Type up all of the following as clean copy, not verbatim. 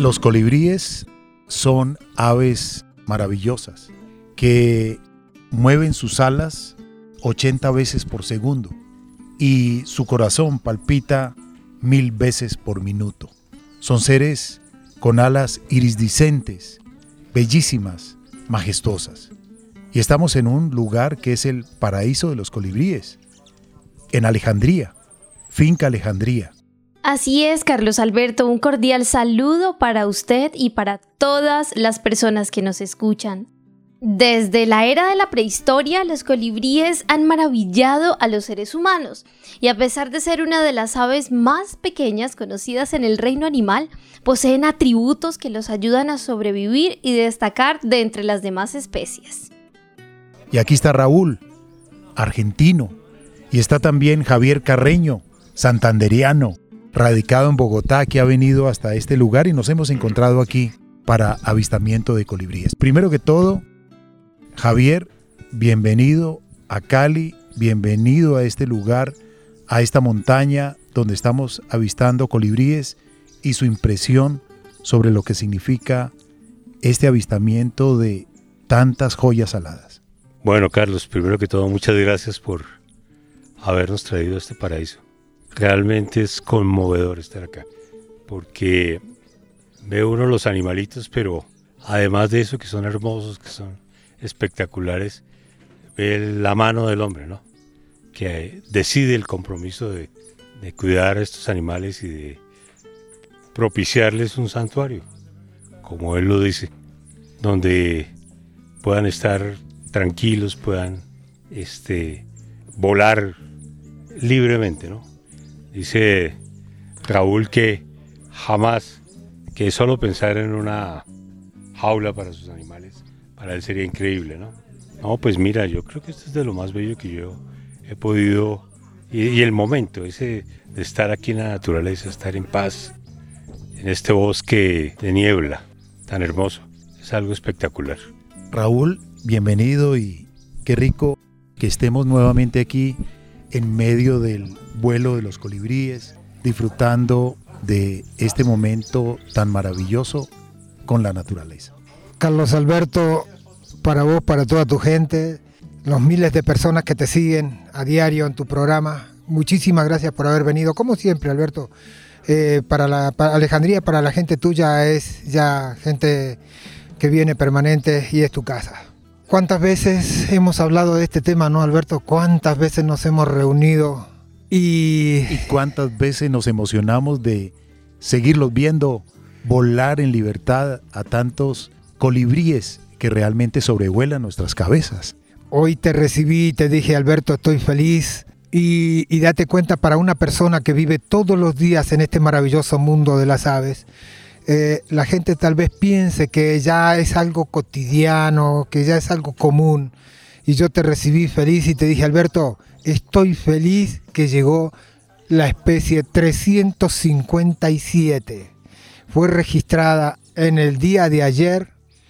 Los colibríes son aves maravillosas que mueven sus alas 80 veces por segundo y su corazón palpita 1000 veces por minuto. Son seres con alas iridiscentes, bellísimas, majestuosas. Y estamos en un lugar que es el paraíso de los colibríes, en Alejandría, Finca Alejandría. Así es, Carlos Alberto, un cordial saludo para usted y para todas las personas que nos escuchan. Desde la era de la prehistoria, los colibríes han maravillado a los seres humanos y a pesar de ser una de las aves más pequeñas conocidas en el reino animal, poseen atributos que los ayudan a sobrevivir y destacar de entre las demás especies. Y aquí está Raúl, argentino, y está también Javier Carreño, santanderiano, radicado en Bogotá, que ha venido hasta este lugar y nos hemos encontrado aquí para avistamiento de colibríes. Primero que todo, Javier, bienvenido a Cali, bienvenido a este lugar, a esta montaña donde estamos avistando colibríes y su impresión sobre lo que significa este avistamiento de tantas joyas aladas. Bueno, Carlos, primero que todo, muchas gracias por habernos traído a este paraíso. Realmente es conmovedor estar acá, porque ve uno los animalitos, pero además de eso, que son hermosos, que son espectaculares, ve la mano del hombre, ¿no? Que decide el compromiso de cuidar a estos animales y de propiciarles un santuario, como él lo dice, donde puedan estar tranquilos, puedan volar libremente, ¿no? Dice Raúl que jamás, que solo pensar en una jaula para sus animales, para él sería increíble, ¿no? No, pues mira, yo creo que esto es de lo más bello que yo he podido, y el momento ese de estar aquí en la naturaleza, estar en paz, en este bosque de niebla tan hermoso, es algo espectacular. Raúl, bienvenido y qué rico que estemos nuevamente aquí en medio del vuelo de los colibríes, disfrutando de este momento tan maravilloso con la naturaleza. Carlos Alberto, para vos, para toda tu gente, los miles de personas que te siguen a diario en tu programa, muchísimas gracias por haber venido. Como siempre, Alberto, para Alejandría, para la gente tuya es ya gente que viene permanente y es tu casa. ¿Cuántas veces hemos hablado de este tema, no, Alberto? ¿Cuántas veces nos hemos reunido? ¿Y cuántas veces nos emocionamos de seguirlos viendo volar en libertad a tantos colibríes que realmente sobrevuelan nuestras cabezas? Hoy te recibí y te dije, Alberto, estoy feliz. Y date cuenta, para una persona que vive todos los días en este maravilloso mundo de las aves, la gente tal vez piense que ya es algo cotidiano, que ya es algo común. Y yo te recibí feliz y te dije, Alberto, estoy feliz que llegó la especie 357. Fue registrada en el día de ayer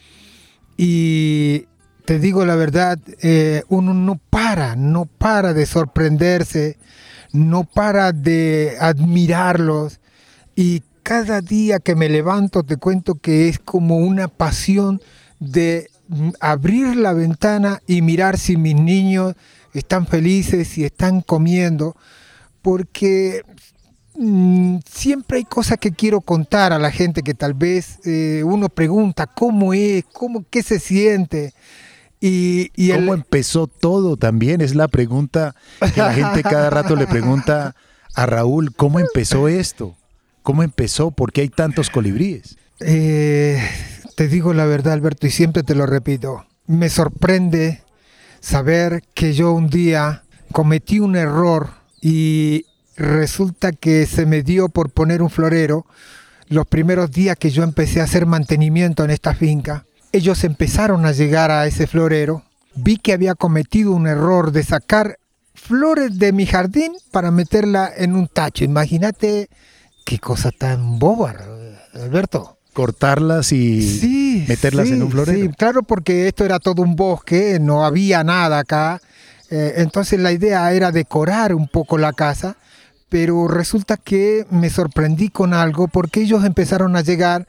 y te digo la verdad, uno no para de sorprenderse, no para de admirarlos y cada día que me levanto te cuento que es como una pasión de abrir la ventana y mirar si mis niños están felices y están comiendo, porque siempre hay cosas que quiero contar a la gente que tal vez uno pregunta cómo es, qué se siente. ¿Cómo empezó todo? También es la pregunta que la gente cada rato le pregunta a Raúl, ¿cómo empezó esto? ¿Cómo empezó? ¿Por qué hay tantos colibríes? Te digo la verdad, Alberto, y siempre te lo repito. Me sorprende saber que yo un día cometí un error y resulta que se me dio por poner un florero. Los primeros días que yo empecé a hacer mantenimiento en esta finca, ellos empezaron a llegar a ese florero. Vi que había cometido un error de sacar flores de mi jardín para meterla en un tacho. Imagínate qué cosa tan boba, Alberto. Cortarlas y meterlas en un florero. Sí, claro, porque esto era todo un bosque, no había nada acá. Entonces la idea era decorar un poco la casa, pero resulta que me sorprendí con algo porque ellos empezaron a llegar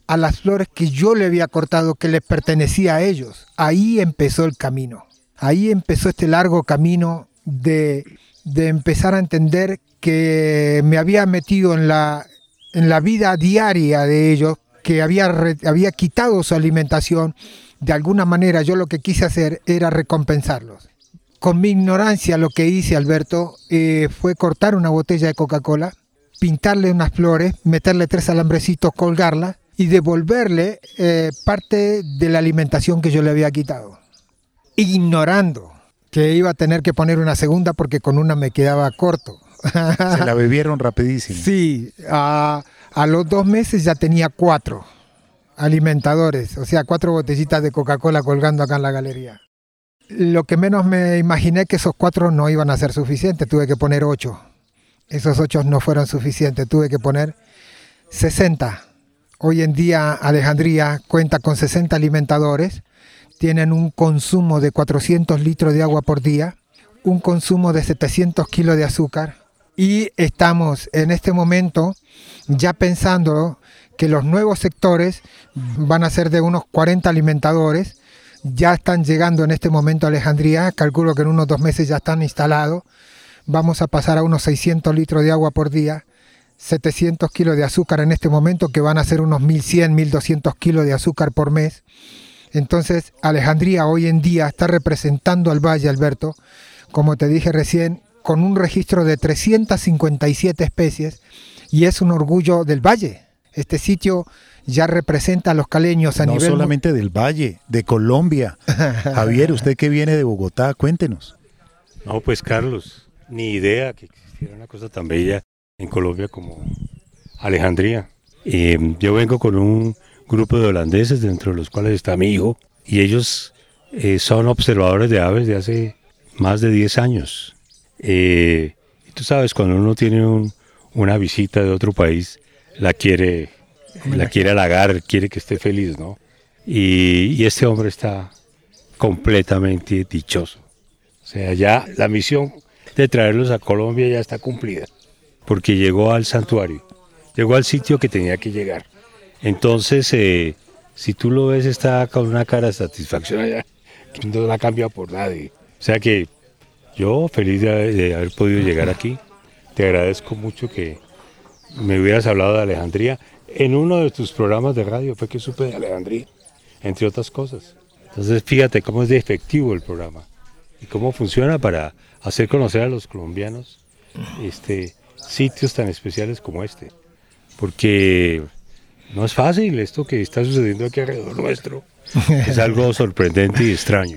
a las flores que yo le había cortado, que les pertenecía a ellos. Ahí empezó el camino. Ahí empezó este largo camino de empezar a entender que me había metido en la vida diaria de ellos, que había quitado su alimentación. De alguna manera yo lo que quise hacer era recompensarlos. Con mi ignorancia lo que hice, Alberto, fue cortar una botella de Coca-Cola, pintarle unas flores, meterle 3 alambrecitos, colgarla y devolverle parte de la alimentación que yo le había quitado. Ignorando que iba a tener que poner una segunda porque con una me quedaba corto. Se la bebieron rapidísimo. Sí, a los 2 meses ya tenía 4 alimentadores, o sea, 4 botellitas de Coca-Cola colgando acá en la galería. Lo que menos me imaginé que esos 4 no iban a ser suficientes, tuve que poner 8. Esos 8 no fueron suficientes, tuve que poner 60. Hoy en día Alejandría cuenta con 60 alimentadores, tienen un consumo de 400 litros de agua por día, un consumo de 700 kilos de azúcar, y estamos en este momento ya pensando que los nuevos sectores van a ser de unos 40 alimentadores. Ya están llegando en este momento a Alejandría, calculo que en unos 2 meses ya están instalados. Vamos a pasar a unos 600 litros de agua por día, 700 kilos de azúcar en este momento, que van a ser unos 1100, 1200 kilos de azúcar por mes. Entonces Alejandría hoy en día está representando al Valle, Alberto, como te dije recién, con un registro de 357 especies, y es un orgullo del Valle. Este sitio ya representa a los caleños a nivel... No solamente del Valle, de Colombia. Javier, usted que viene de Bogotá, cuéntenos. No, pues Carlos, ni idea que existiera una cosa tan bella en Colombia como Alejandría. Yo vengo con un grupo de holandeses, dentro de los cuales está mi hijo, y ellos son observadores de aves de hace más de 10 años. Y tú sabes, cuando uno tiene una visita de otro país, la quiere halagar, quiere que esté feliz, ¿no? Y este hombre está completamente dichoso. O sea, ya la misión de traerlos a Colombia ya está cumplida, porque llegó al santuario, llegó al sitio que tenía que llegar. Entonces, si tú lo ves, está con una cara de satisfacción allá, que no la cambia por nadie. O sea que yo feliz de haber podido llegar aquí. Te agradezco mucho que me hubieras hablado de Alejandría. En uno de tus programas de radio fue que supe de Alejandría, entre otras cosas. Entonces fíjate cómo es de efectivo el programa y cómo funciona para hacer conocer a los colombianos sitios tan especiales como este. Porque no es fácil esto que está sucediendo aquí alrededor nuestro. Es algo sorprendente y extraño.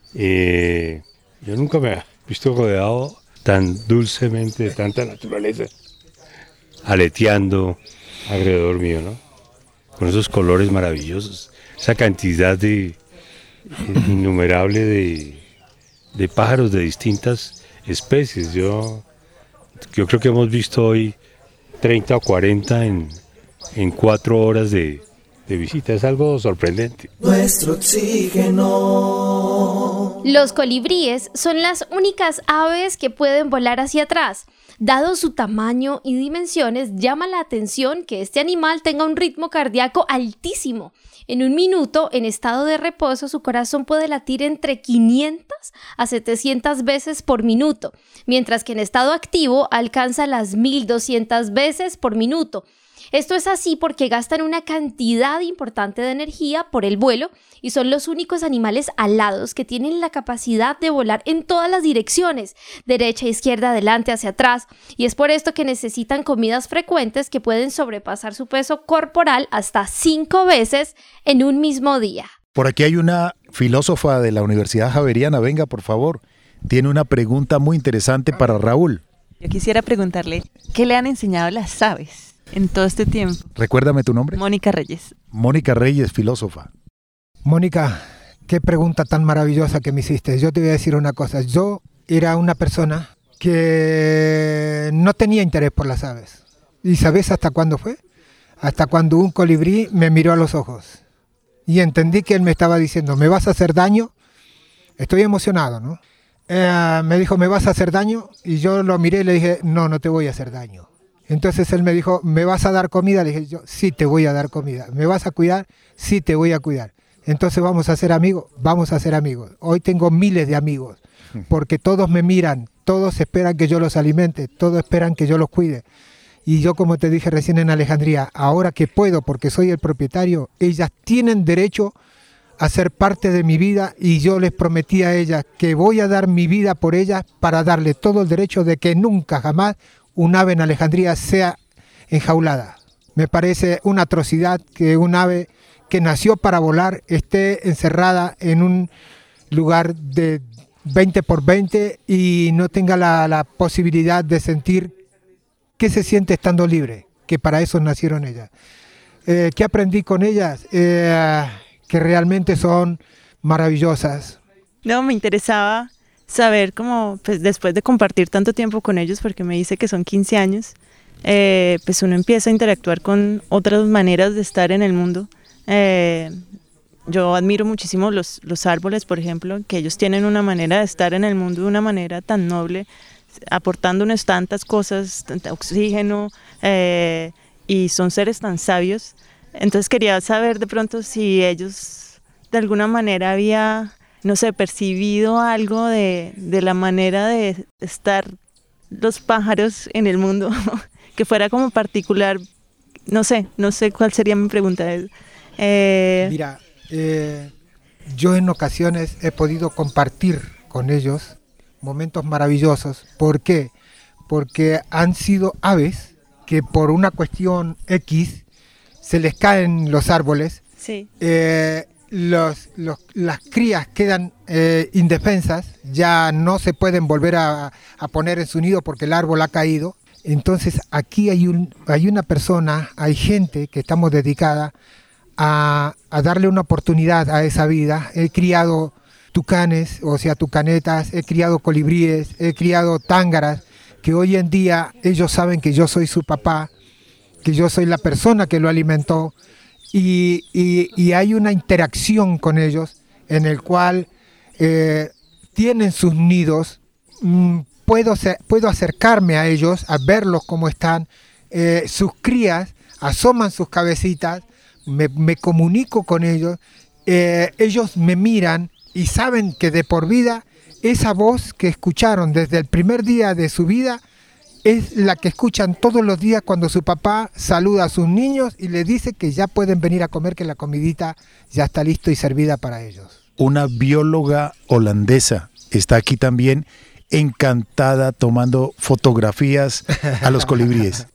Yo nunca me he visto rodeado tan dulcemente de tanta naturaleza, aleteando alrededor mío, ¿no? Con esos colores maravillosos, esa cantidad innumerable de pájaros de distintas especies. Yo creo que hemos visto hoy 30 o 40 en 4 horas de visita. Es algo sorprendente. Nuestro oxígeno. Los colibríes son las únicas aves que pueden volar hacia atrás. Dado su tamaño y dimensiones, llama la atención que este animal tenga un ritmo cardíaco altísimo. En un minuto, en estado de reposo, su corazón puede latir entre 500 a 700 veces por minuto, mientras que en estado activo alcanza las 1200 veces por minuto. Esto es así porque gastan una cantidad importante de energía por el vuelo y son los únicos animales alados que tienen la capacidad de volar en todas las direcciones, derecha, izquierda, adelante, hacia atrás, y es por esto que necesitan comidas frecuentes que pueden sobrepasar su peso corporal hasta 5 veces en un mismo día. Por aquí hay una filósofa de la Universidad Javeriana, venga por favor, tiene una pregunta muy interesante para Raúl. Yo quisiera preguntarle, ¿qué le han enseñado las aves en todo este tiempo? Recuérdame tu nombre. Mónica Reyes. Mónica Reyes, filósofa. Mónica, qué pregunta tan maravillosa que me hiciste. Yo te voy a decir una cosa. Yo era una persona que no tenía interés por las aves. ¿Y sabes hasta cuándo fue? Hasta cuando un colibrí me miró a los ojos. Y entendí que él me estaba diciendo, ¿me vas a hacer daño? Estoy emocionado, ¿no? Me dijo, ¿me vas a hacer daño? Y yo lo miré y le dije, no, no te voy a hacer daño. Entonces él me dijo, ¿me vas a dar comida? Le dije yo, sí, te voy a dar comida. ¿Me vas a cuidar? Sí, te voy a cuidar. Entonces vamos a ser amigos. Hoy tengo miles de amigos, porque todos me miran, todos esperan que yo los alimente, todos esperan que yo los cuide. Y yo, como te dije recién en Alejandría, ahora que puedo, porque soy el propietario, ellas tienen derecho a ser parte de mi vida, y yo les prometí a ellas que voy a dar mi vida por ellas para darle todo el derecho de que nunca, jamás, un ave en Alejandría sea enjaulada. Me parece una atrocidad que un ave que nació para volar esté encerrada en un lugar de 20 por 20 y no tenga la posibilidad de sentir qué se siente estando libre, que para eso nacieron ellas. ¿Qué aprendí con ellas? Que realmente son maravillosas. No, me interesaba saber cómo, pues después de compartir tanto tiempo con ellos, porque me dice que son 15 años, pues uno empieza a interactuar con otras maneras de estar en el mundo. Yo admiro muchísimo los árboles, por ejemplo, que ellos tienen una manera de estar en el mundo de una manera tan noble, aportándonos tantas cosas, tanto oxígeno, y son seres tan sabios. Entonces quería saber de pronto si ellos de alguna manera había, no sé, percibido algo de la manera de estar los pájaros en el mundo, que fuera como particular. No sé cuál sería mi pregunta. Mira, yo en ocasiones he podido compartir con ellos momentos maravillosos. ¿Por qué? Porque han sido aves que por una cuestión X se les caen los árboles, sí. Las crías quedan indefensas, ya no se pueden volver a poner en su nido porque el árbol ha caído. Entonces aquí hay una persona, hay gente que estamos dedicada a darle una oportunidad a esa vida. He criado tucanes, o sea, tucanetas, he criado colibríes, he criado tángaras, que hoy en día ellos saben que yo soy su papá, que yo soy la persona que lo alimentó, y hay una interacción con ellos en el cual tienen sus nidos. Puedo acercarme a ellos, a verlos cómo están, sus crías asoman sus cabecitas, me comunico con ellos, ellos me miran y saben que de por vida esa voz que escucharon desde el primer día de su vida es la que escuchan todos los días cuando su papá saluda a sus niños y les dice que ya pueden venir a comer, que la comidita ya está lista y servida para ellos. Una bióloga holandesa está aquí también, encantada, tomando fotografías a los colibríes.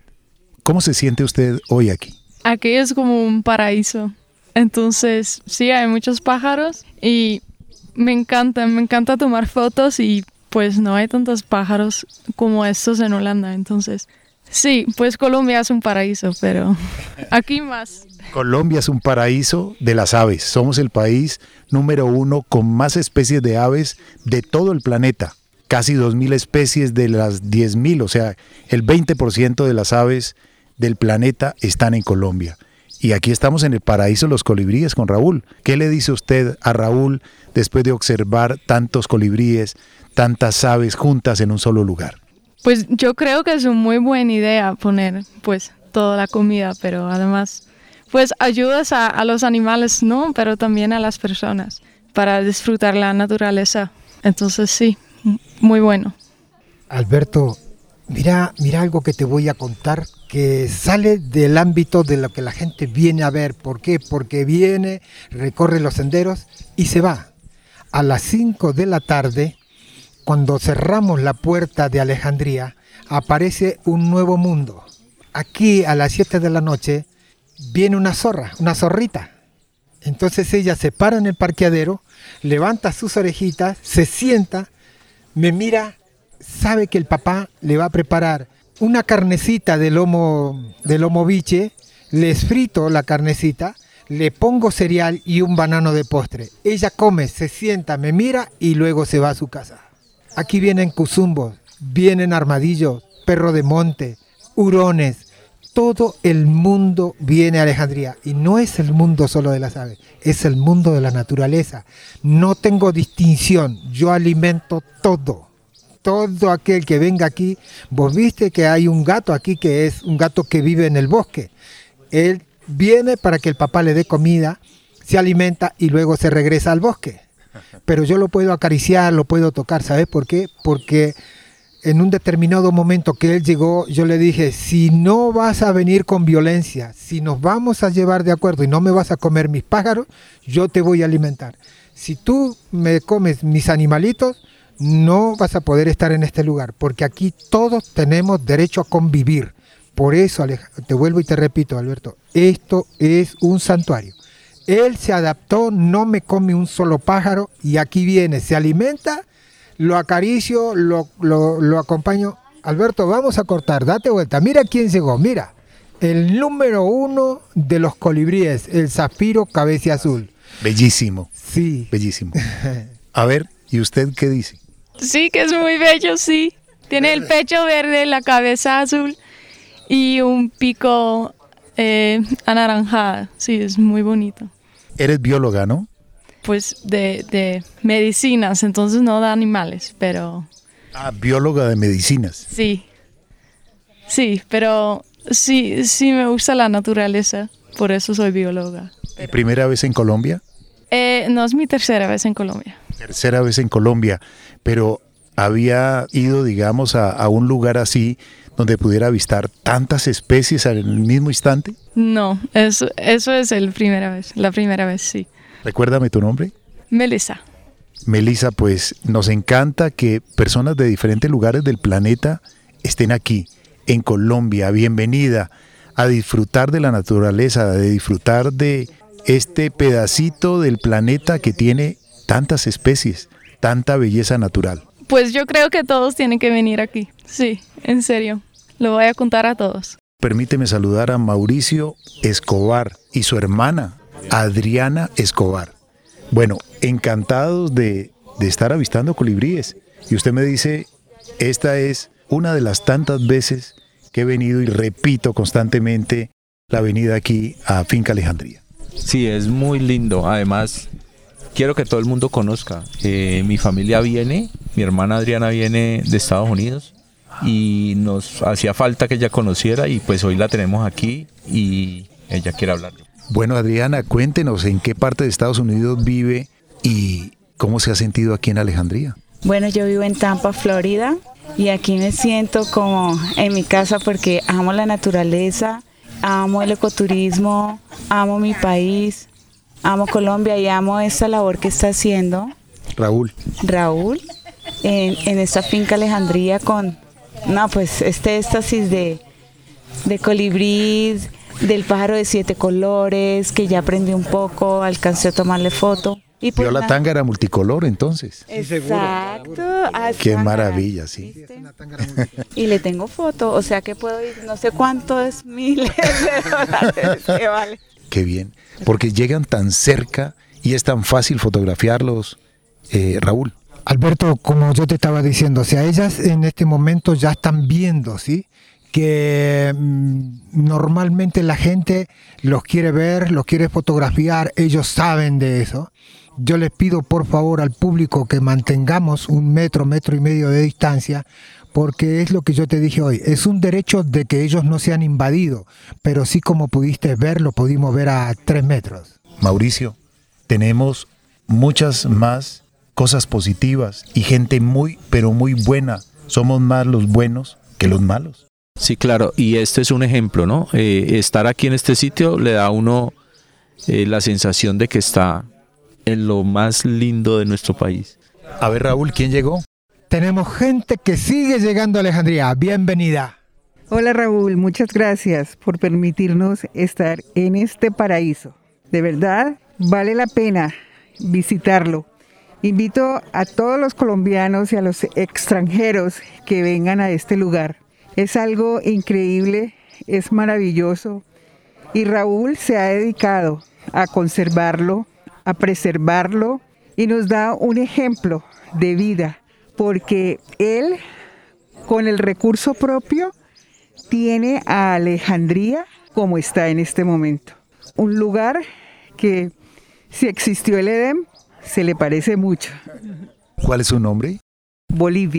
¿Cómo se siente usted hoy aquí? Aquí es como un paraíso. Entonces, sí, hay muchos pájaros y me encanta tomar fotos, y pues no hay tantos pájaros como estos en Holanda. Entonces, sí, pues Colombia es un paraíso, pero aquí más. Colombia es un paraíso de las aves. Somos el país número 1 con más especies de aves de todo el planeta. Casi 2.000 especies de las 10.000, o sea, el 20% de las aves del planeta están en Colombia. Y aquí estamos en el paraíso de los colibríes con Raúl. ¿Qué le dice usted a Raúl después de observar tantos colibríes, tantas aves juntas en un solo lugar? Pues yo creo que es una muy buena idea poner pues toda la comida, pero además pues ayudas a los animales, ¿no? Pero también a las personas para disfrutar la naturaleza. Entonces sí, muy bueno. Alberto, mira algo que te voy a contar que sale del ámbito de lo que la gente viene a ver. ¿Por qué? Porque viene, recorre los senderos y se va. A las 5 de la tarde, cuando cerramos la puerta de Alejandría, aparece un nuevo mundo. Aquí a las 7 de la noche viene una zorrita. Entonces ella se para en el parqueadero, levanta sus orejitas, se sienta, me mira, sabe que el papá le va a preparar una carnecita de lomo biche, le esfrito la carnecita, le pongo cereal y un banano de postre. Ella come, se sienta, me mira y luego se va a su casa. Aquí vienen cuzumbos, vienen armadillos, perro de monte, hurones. Todo el mundo viene a Alejandría, y no es el mundo solo de las aves, es el mundo de la naturaleza. No tengo distinción, yo alimento todo. todo aquel que venga aquí, vos viste que hay un gato aquí que es un gato que vive en el bosque. Él viene para que el papá le dé comida, se alimenta y luego se regresa al bosque. Pero yo lo puedo acariciar, lo puedo tocar, ¿sabes por qué? Porque en un determinado momento que él llegó, yo le dije, si no vas a venir con violencia, si nos vamos a llevar de acuerdo y no me vas a comer mis pájaros, yo te voy a alimentar. Si tú me comes mis animalitos, no vas a poder estar en este lugar, porque aquí todos tenemos derecho a convivir. Por eso, te vuelvo y te repito, Alberto, esto es un santuario. Él se adaptó, no me come un solo pájaro y aquí viene, se alimenta, lo acaricio, lo acompaño. Alberto, vamos a cortar, date vuelta. Mira quién llegó, mira. El número 1 de los colibríes, el zafiro cabeza azul. Bellísimo. Sí. Bellísimo. A ver, ¿y usted qué dice? Sí, que es muy bello, sí. Tiene el pecho verde, la cabeza azul y un pico anaranjado. Sí, es muy bonito. Eres bióloga, ¿no? Pues de medicinas, entonces no de animales, pero... Ah, bióloga de medicinas. Sí. Sí, pero sí me gusta la naturaleza, por eso soy bióloga. ¿Y primera vez en Colombia? No es mi tercera vez en Colombia. Tercera vez en Colombia, pero había ido, digamos, a un lugar así donde pudiera avistar tantas especies en el mismo instante. No, eso es la primera vez, sí. Recuérdame tu nombre. Melissa. Melissa, pues nos encanta que personas de diferentes lugares del planeta estén aquí, en Colombia. Bienvenida a disfrutar de la naturaleza, de disfrutar de este pedacito del planeta que tiene tantas especies, tanta belleza natural. Pues yo creo que todos tienen que venir aquí. Sí, en serio. Lo voy a contar a todos. Permíteme saludar a Mauricio Escobar y su hermana, Adriana Escobar. Bueno, encantados de estar avistando colibríes. Y usted me dice, esta es una de las tantas veces que he venido y repito constantemente la venida aquí a Finca Alejandría. Sí, es muy lindo. Además, quiero que todo el mundo conozca. Mi familia viene, mi hermana Adriana viene de Estados Unidos y nos hacía falta que ella conociera y pues hoy la tenemos aquí y ella quiere hablar. Bueno, Adriana, cuéntenos en qué parte de Estados Unidos vive y cómo se ha sentido aquí en Alejandría. Bueno, yo vivo en Tampa, Florida, y aquí me siento como en mi casa porque amo la naturaleza, amo el ecoturismo, amo mi país, amo Colombia y amo esta labor que está haciendo Raúl en esta finca Alejandría con, este éxtasis de colibrí, del pájaro de 7 colores, que ya aprendí un poco, alcancé a tomarle foto. Y pues, vio la tángara multicolor entonces. Exacto. Qué maravilla, sí. Y le tengo foto, o sea que puedo ir, no sé cuántos miles de dólares que vale. Qué bien, porque llegan tan cerca y es tan fácil fotografiarlos, Raúl. Alberto, como yo te estaba diciendo, o sea, ellas en este momento ya están viendo, ¿sí?, que normalmente la gente los quiere ver, los quiere fotografiar, ellos saben de eso. Yo les pido por favor al público que mantengamos 1 metro, 1,5 metros de distancia, porque es lo que yo te dije hoy, es un derecho de que ellos no sean invadidos, pero sí, como pudiste ver, lo pudimos ver a 3 metros. Mauricio, tenemos muchas más cosas positivas y gente muy, pero muy buena. Somos más los buenos que los malos. Sí, claro, y este es un ejemplo, ¿no? Estar aquí en este sitio le da a uno la sensación de que está en lo más lindo de nuestro país. A ver, Raúl, ¿quién llegó? Tenemos gente que sigue llegando a Alejandría. Bienvenida. Hola Raúl, muchas gracias por permitirnos estar en este paraíso. De verdad, vale la pena visitarlo. Invito a todos los colombianos y a los extranjeros que vengan a este lugar. Es algo increíble, es maravilloso y Raúl se ha dedicado a conservarlo, a preservarlo y nos da un ejemplo de vida porque él, con el recurso propio, tiene a Alejandría como está en este momento. Un lugar que, si existió el Edén, se le parece mucho. ¿Cuál es su nombre? Bolivia.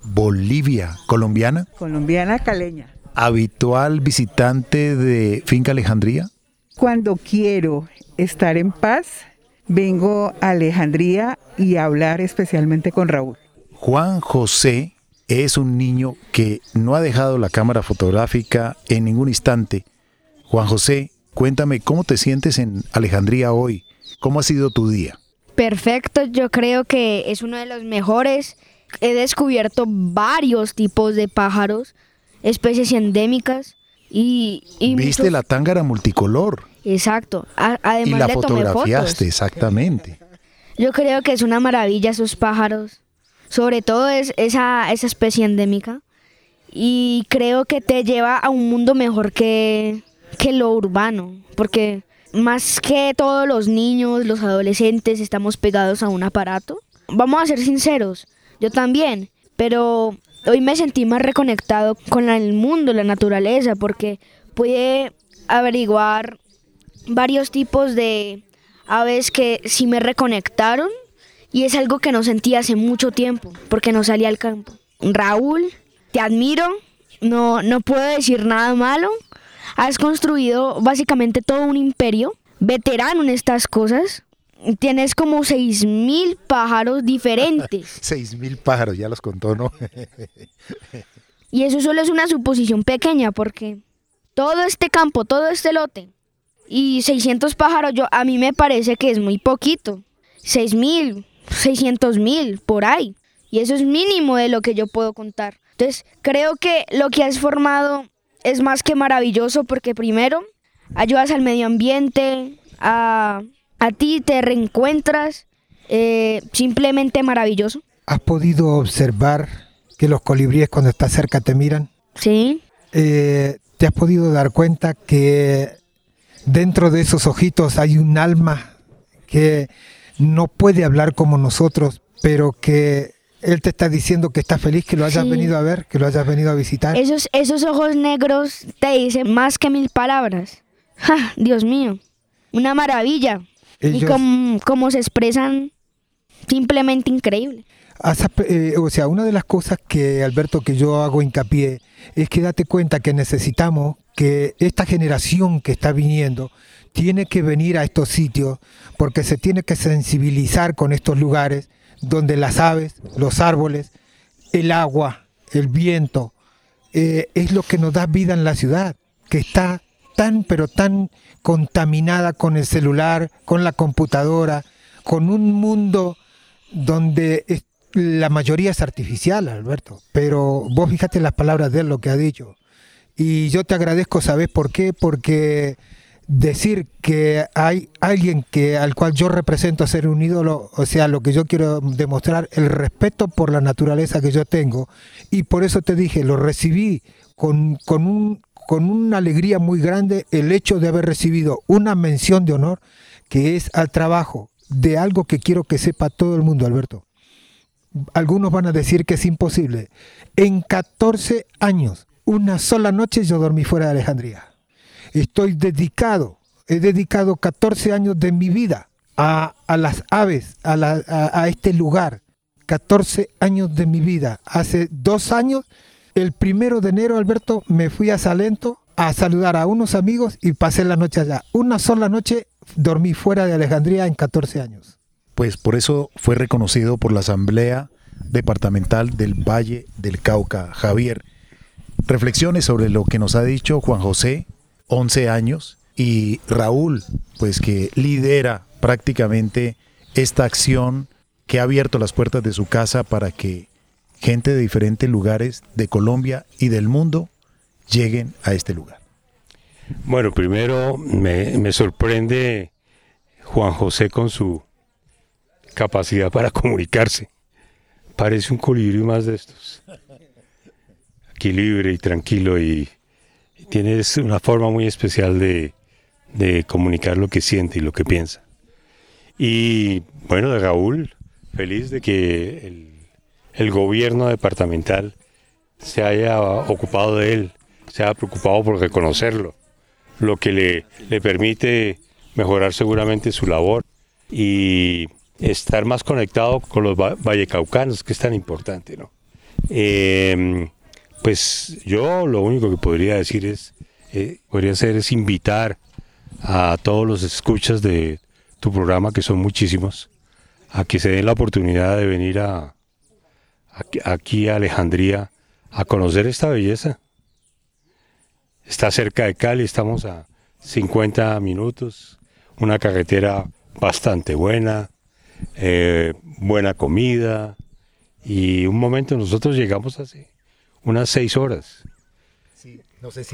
Bolivia, colombiana. Colombiana caleña. Habitual visitante de Finca Alejandría. Cuando quiero estar en paz, vengo a Alejandría y a hablar especialmente con Raúl. Juan José es un niño que no ha dejado la cámara fotográfica en ningún instante. Juan José, cuéntame cómo te sientes en Alejandría hoy. ¿Cómo ha sido tu día? Perfecto, yo creo que es uno de los mejores. He descubierto varios tipos de pájaros, especies endémicas y ¿viste la tángara multicolor? Exacto. Además y la le tomé fotografiaste, fotos. exactamente. Yo creo que es una maravilla esos pájaros. Sobre todo es esa especie endémica. Y creo que te lleva a un mundo mejor que lo urbano. Porque más que todos los niños, los adolescentes, estamos pegados a un aparato. Vamos a ser sinceros, yo también. Pero hoy me sentí más reconectado con el mundo, la naturaleza, porque pude averiguar varios tipos de aves que sí me reconectaron. Y es algo que no sentí hace mucho tiempo, porque no salí al campo. Raúl, te admiro, no puedo decir nada malo. Has construido básicamente todo un imperio, veterano en estas cosas. Tienes como 6.000 pájaros diferentes. 6.000 pájaros, ya los contó, ¿no? Y eso solo es una suposición pequeña, porque todo este campo, todo este lote, y 600 pájaros, a mí me parece que es muy poquito. 6.000, 600.000, por ahí. Y eso es mínimo de lo que yo puedo contar. Entonces, creo que lo que has formado es más que maravilloso, porque primero, ayudas al medio ambiente, a ti te reencuentras, simplemente maravilloso. ¿Has podido observar que los colibríes cuando estás cerca te miran? Sí. ¿Te has podido dar cuenta que dentro de esos ojitos hay un alma que no puede hablar como nosotros, pero que él te está diciendo que está feliz que lo hayas venido a ver, que lo hayas venido a visitar? Esos ojos negros te dicen más que 1.000 palabras. ¡Ja! Dios mío, una maravilla. Y cómo se expresan, simplemente increíble. O sea, una de las cosas que, Alberto, que yo hago hincapié es que date cuenta que necesitamos que esta generación que está viniendo tiene que venir a estos sitios, porque se tiene que sensibilizar con estos lugares donde las aves, los árboles, el agua, el viento, es lo que nos da vida en la ciudad, que está tan pero tan contaminada con el celular, con la computadora, con un mundo donde la mayoría es artificial, Alberto. Pero vos fíjate las palabras de él, lo que ha dicho. Y yo te agradezco, ¿sabes por qué? Porque decir que hay alguien al cual yo represento ser un ídolo, o sea, lo que yo quiero demostrar, el respeto por la naturaleza que yo tengo, y por eso te dije, lo recibí con una alegría muy grande, el hecho de haber recibido una mención de honor, que es al trabajo de algo que quiero que sepa todo el mundo, Alberto. Algunos van a decir que es imposible. En 14 años, una sola noche yo dormí fuera de Alejandría. He dedicado 14 años de mi vida a las aves, a este lugar. 14 años de mi vida. Hace 2 años, el 1 de enero, Alberto, me fui a Salento a saludar a unos amigos y pasé la noche allá. Una sola noche dormí fuera de Alejandría en 14 años. Pues por eso fue reconocido por la Asamblea Departamental del Valle del Cauca. Javier, reflexiones sobre lo que nos ha dicho Juan José, 11 años, y Raúl, pues que lidera prácticamente esta acción que ha abierto las puertas de su casa para que gente de diferentes lugares de Colombia y del mundo lleguen a este lugar. Bueno, primero me sorprende Juan José con su capacidad para comunicarse. Parece un colibrí más de estos. Aquí libre y tranquilo, y tienes una forma muy especial de comunicar lo que siente y lo que piensa. Y bueno, de Raúl, feliz de que el gobierno departamental se haya ocupado de él, se haya preocupado por reconocerlo, lo que le permite mejorar seguramente su labor y estar más conectado con los vallecaucanos, que es tan importante, ¿no? Pues yo lo único que podría decir es invitar a todos los escuchas de tu programa, que son muchísimos, a que se den la oportunidad de venir aquí a Alejandría a conocer esta belleza. Está cerca de Cali, estamos a 50 minutos, una carretera bastante buena, buena comida, y un momento nosotros llegamos hace unas 6 horas. Sí, no se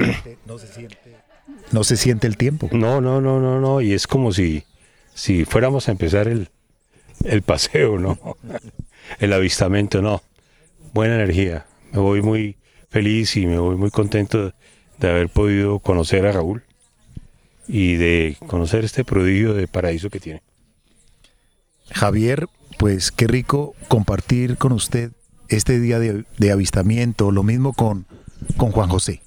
siente el tiempo. No, y es como si fuéramos a empezar el paseo, ¿no? El avistamiento, no. Buena energía, me voy muy feliz y me voy muy contento de haber podido conocer a Raúl y de conocer este prodigio de paraíso que tiene. Javier, pues qué rico compartir con usted este día de avistamiento, lo mismo con Juan José.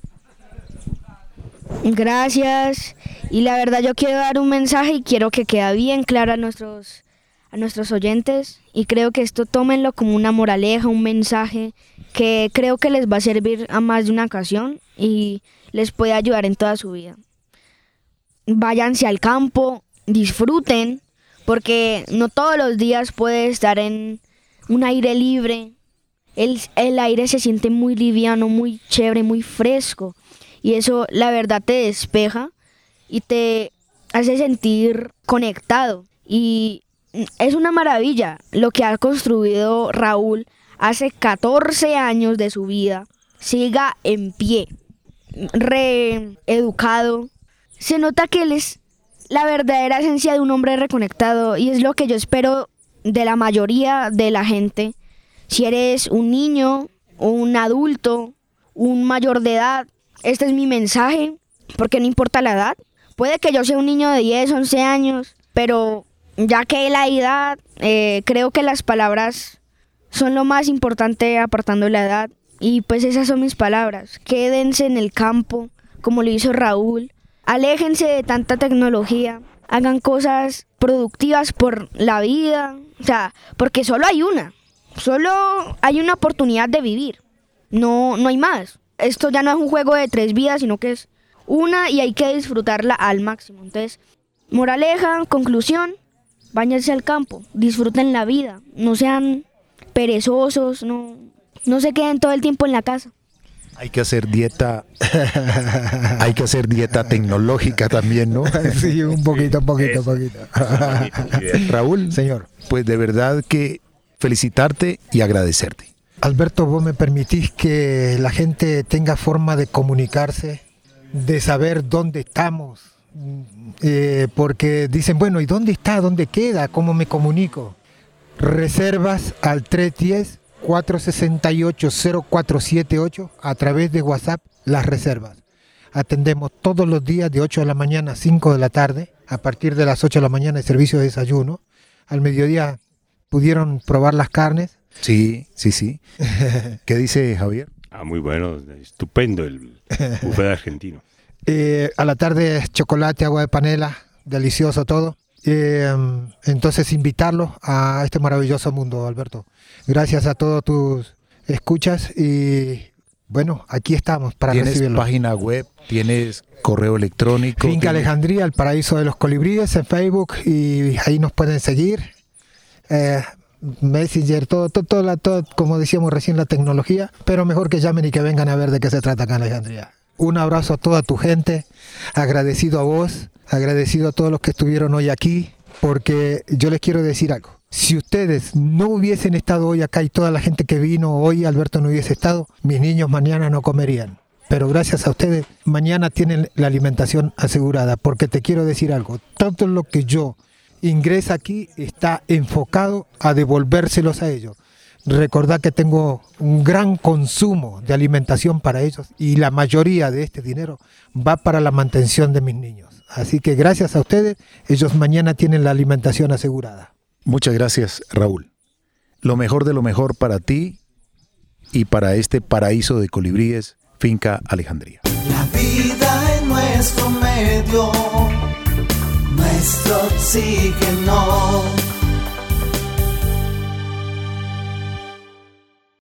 Gracias, y la verdad yo quiero dar un mensaje y quiero que quede bien claro a nuestros oyentes, y creo que esto tómenlo como una moraleja, un mensaje que creo que les va a servir a más de una ocasión y les puede ayudar en toda su vida. Váyanse al campo, disfruten, porque no todos los días puede estar en un aire libre. El aire se siente muy liviano, muy chévere, muy fresco, y eso la verdad te despeja y te hace sentir conectado, y es una maravilla lo que ha construido Raúl hace 14 años de su vida. Siga en pie, reeducado. Se nota que él es la verdadera esencia de un hombre reconectado, y es lo que yo espero de la mayoría de la gente. Si eres un niño, un adulto, un mayor de edad, este es mi mensaje, porque no importa la edad. Puede que yo sea un niño de 10, 11 años, pero ya que la edad, creo que las palabras son lo más importante apartando la edad. Y pues esas son mis palabras. Quédense en el campo, como lo hizo Raúl. Aléjense de tanta tecnología. Hagan cosas productivas por la vida. O sea, porque solo hay una. Solo hay una oportunidad de vivir. No hay más. Esto ya no es un juego de 3 vidas, sino que es una, y hay que disfrutarla al máximo. Entonces, moraleja, conclusión, váyanse al campo, disfruten la vida, no sean perezosos, no se queden todo el tiempo en la casa. Hay que hacer dieta, tecnológica también, ¿no? Sí, un poquito. Raúl, señor, pues de verdad que felicitarte y agradecerte. Alberto, vos me permitís que la gente tenga forma de comunicarse, de saber dónde estamos, porque dicen, bueno, ¿y dónde está? ¿Dónde queda? ¿Cómo me comunico? Reservas al 310-468-0478 a través de WhatsApp, las reservas. Atendemos todos los días de 8 de la mañana a 5 de la tarde. A partir de las 8 de la mañana el servicio de desayuno. Al mediodía pudieron probar las carnes. Sí. ¿Qué dice Javier? Muy bueno, estupendo el buffet argentino. A la tarde chocolate, agua de panela, delicioso todo. Entonces invitarlos a este maravilloso mundo, Alberto. Gracias a todos tus escuchas y bueno, aquí estamos para recibirlos. ¿Tienes página web? ¿Tienes correo electrónico? Finca Alejandría, el paraíso de los colibríes en Facebook, y ahí nos pueden seguir. Messenger, todo, como decíamos recién, la tecnología, pero mejor que llamen y que vengan a ver de qué se trata acá en Alejandría. Un abrazo a toda tu gente, agradecido a vos, agradecido a todos los que estuvieron hoy aquí, porque yo les quiero decir algo. Si ustedes no hubiesen estado hoy acá y toda la gente que vino hoy, Alberto no hubiese estado, mis niños mañana no comerían. Pero gracias a ustedes, mañana tienen la alimentación asegurada, porque te quiero decir algo, todo lo que yo ingreso aquí está enfocado a devolvérselos a ellos. Recordad que tengo un gran consumo de alimentación para ellos y la mayoría de este dinero va para la mantención de mis niños. Así que gracias a ustedes, ellos mañana tienen la alimentación asegurada. Muchas gracias, Raúl. Lo mejor de lo mejor para ti y para este paraíso de colibríes, Finca Alejandría. La vida en nuestro medio, nuestro oxígeno.